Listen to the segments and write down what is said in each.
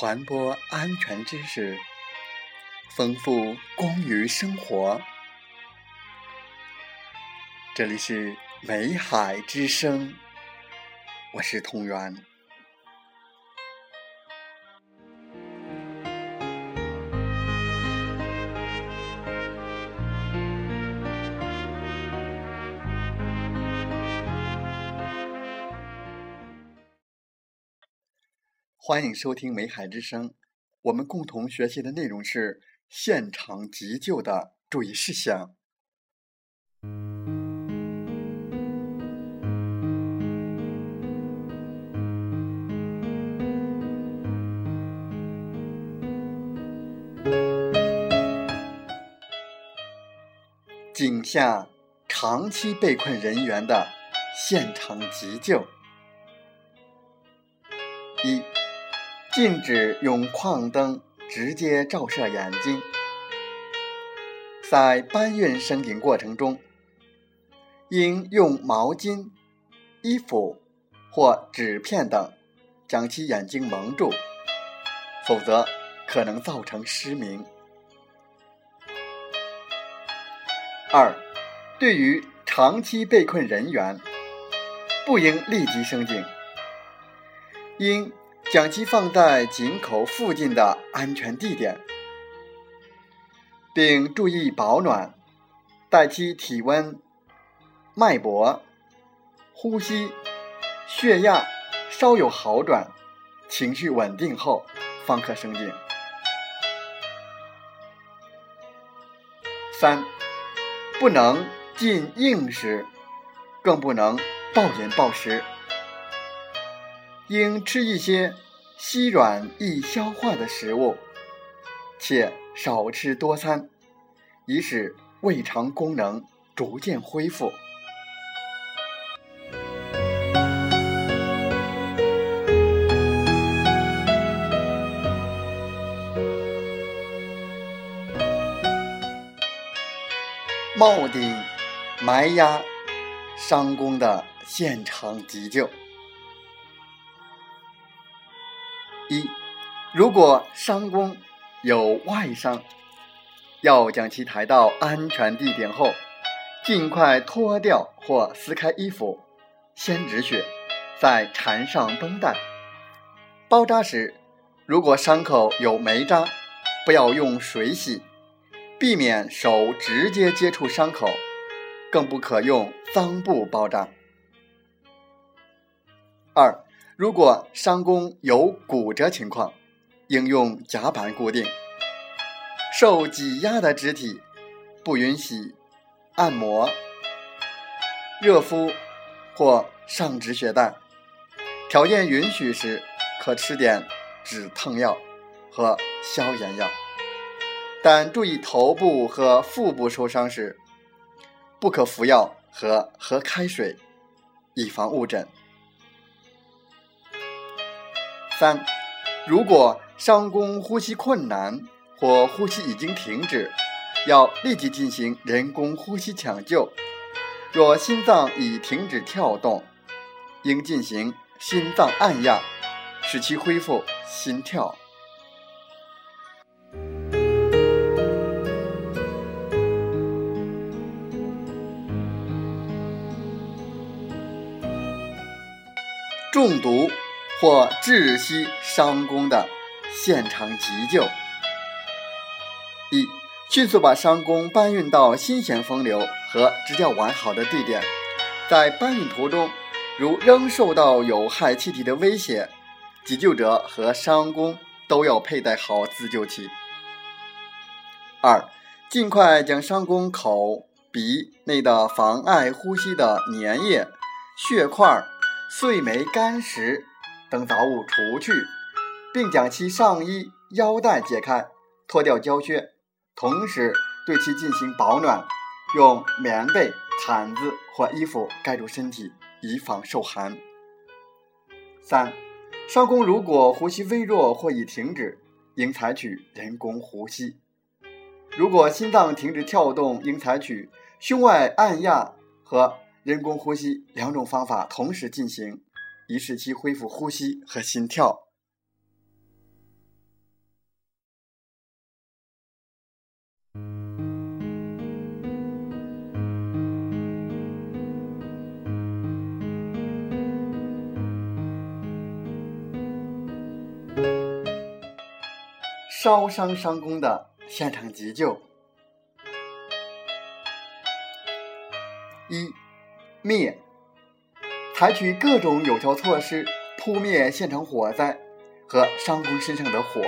传播安全知识，丰富公寓生活。这里是美海之声，我是同源。欢迎收听美海之声，我们共同学习的内容是现场急救的注意事项。井下长期被困人员的现场急救。一、禁止用矿灯直接照射眼睛。在搬运升顶过程中，应用毛巾、衣服或纸片等将其眼睛蒙住，否则可能造成失明。二、对于长期被困人员，不应立即升井，应将其放在井口附近的安全地点，并注意保暖，待其体温、脉搏、呼吸、血压稍有好转，情绪稳定后方可升井。三、不能进硬食，更不能暴饮暴食，应吃一些稀软易消化的食物，且少吃多餐，以使胃肠功能逐渐恢复。帽顶埋压伤工的现场急救。一、如果伤工有外伤，要将其抬到安全地点后，尽快脱掉或撕开衣服，先止血，再缠上绷带。包扎时，如果伤口有煤渣，不要用水洗，避免手直接接触伤口，更不可用脏布包扎。二、如果伤工有骨折情况，应用夹板固定。受挤压的肢体不允许按摩、热敷或上止血带，条件允许时可吃点止疼药和消炎药，但注意头部和腹部受伤时不可服药和喝开水，以防误诊。三、如果伤工呼吸困难或呼吸已经停止，要立即进行人工呼吸抢救。若心脏已停止跳动，应进行心脏按压，使其恢复心跳。中毒或窒息伤工的现场急救。一、迅速把伤工搬运到新鲜风流和支架完好的地点，在搬运途中，如仍受到有害气体的威胁，急救者和伤工都要佩戴好自救器。二、尽快将伤工口、鼻内的妨碍呼吸的粘液、血块、碎煤干石等杂物除去，并将其上衣、腰带解开，脱掉胶靴，同时对其进行保暖，用棉被、毯子或衣服盖住身体，以防受寒。三、伤工如果呼吸微弱或已停止，应采取人工呼吸。如果心脏停止跳动，应采取胸外按压和人工呼吸两种方法同时进行，以使其恢复呼吸和心跳。 烧伤伤工的现场急救。一、灭，采取各种有效措施扑灭现场火灾和伤工身上的火，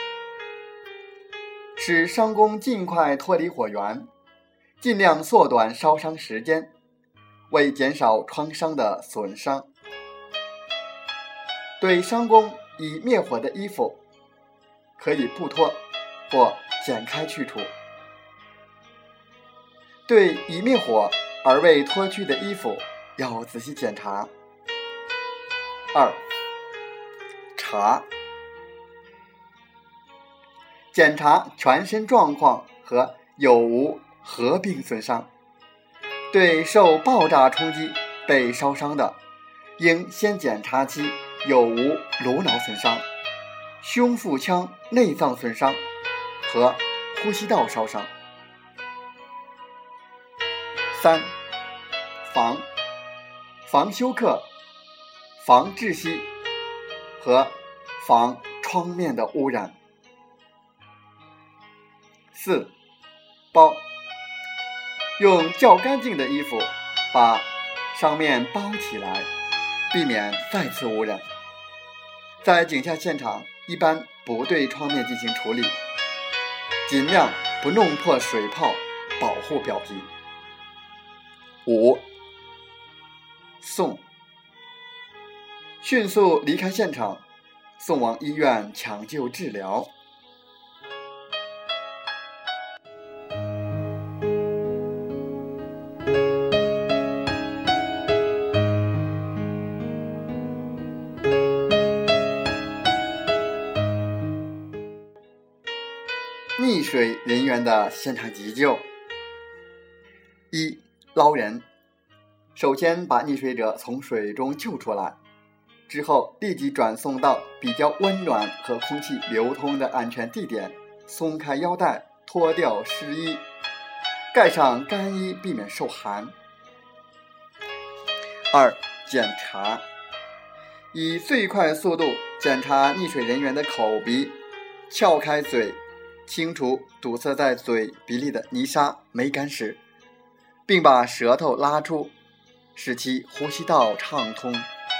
使伤工尽快脱离火源，尽量缩短烧伤时间，为减少创伤的损伤。对伤工已灭火的衣服，可以不脱或剪开去除。对已灭火而未脱去的衣服，要仔细检查。二、查，检查全身状况和有无合并损伤。对受爆炸冲击被烧伤的，应先检查其有无颅脑损伤、胸腹腔内脏损伤和呼吸道烧伤。三、防休克、防窒息和防窗面的污染。四、包，用较干净的衣服把伤面包起来，避免再次污染。在井下现场，一般不对窗面进行处理，尽量不弄破水泡，保护表皮。五、送，迅速离开现场，送往医院抢救治疗。溺水人员的现场急救。一、捞人，首先把溺水者从水中救出来，之后立即转送到比较温暖和空气流通的安全地点，松开腰带，脱掉湿衣，盖上干衣，避免受寒。二、检查，以最快速度检查溺水人员的口鼻，撬开嘴，清除堵塞在嘴鼻里的泥沙、霉干石，并把舌头拉出，使其呼吸道畅通。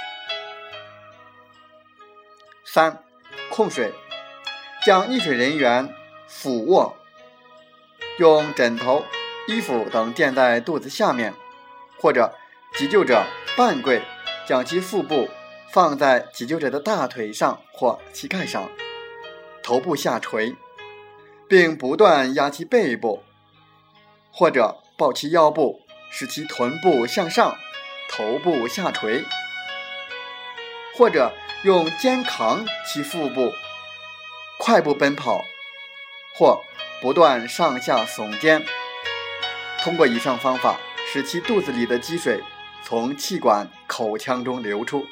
三、控水，将溺水人员俯卧，用枕头、衣服等垫在肚子下面，或者急救者半跪，将其腹部放在急救者的大腿上或膝盖上，头部下垂，并不断压其背部，或者抱其腰部，使其臀部向上，头部下垂，或者用肩扛其腹部，快步奔跑，或不断上下耸肩。通过以上方法，使其肚子里的积水从气管、口腔中流出。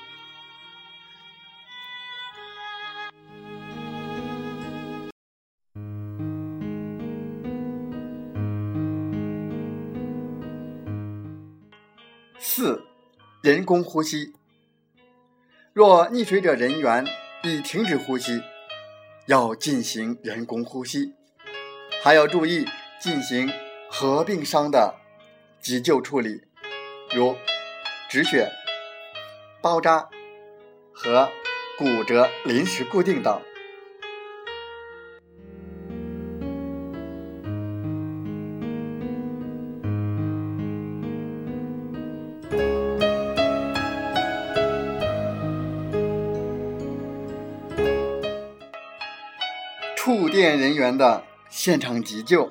四、人工呼吸。若溺水者人员已停止呼吸，要进行人工呼吸，还要注意进行合并伤的急救处理，如止血、包扎和骨折临时固定等。触电人员的现场急救。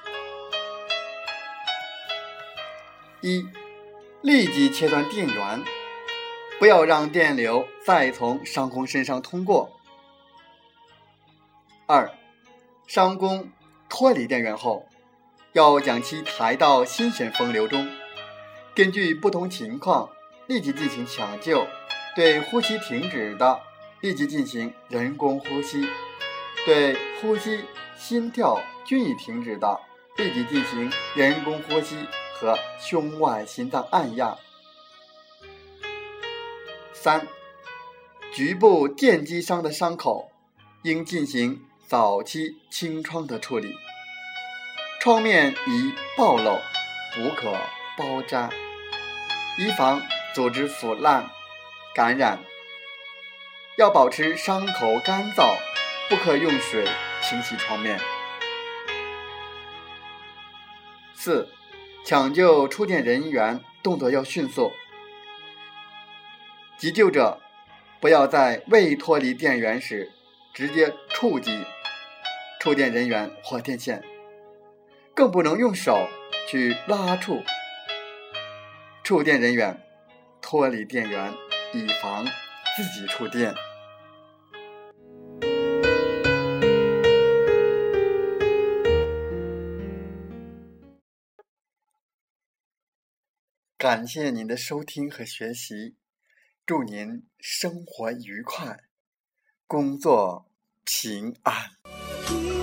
一、立即切断电源，不要让电流再从伤工身上通过。二、伤工脱离电源后，要将其抬到新鲜风流中，根据不同情况立即进行抢救，对呼吸停止的立即进行人工呼吸，对呼吸、心跳均已停止的立即进行人工呼吸和胸外心脏按压。三、局部电击伤的伤口应进行早期清窗的处理。窗面宜暴露，不可包扎，以防组织腐烂感染。要保持伤口干燥，不可用水清洗窗面。4. 抢救触电人员动作要迅速，急救者不要在未脱离电源时直接触及触电人员或电线，更不能用手去拉触触电人员，脱离电源，以防自己触电。感谢您的收听和学习，祝您生活愉快，工作平安。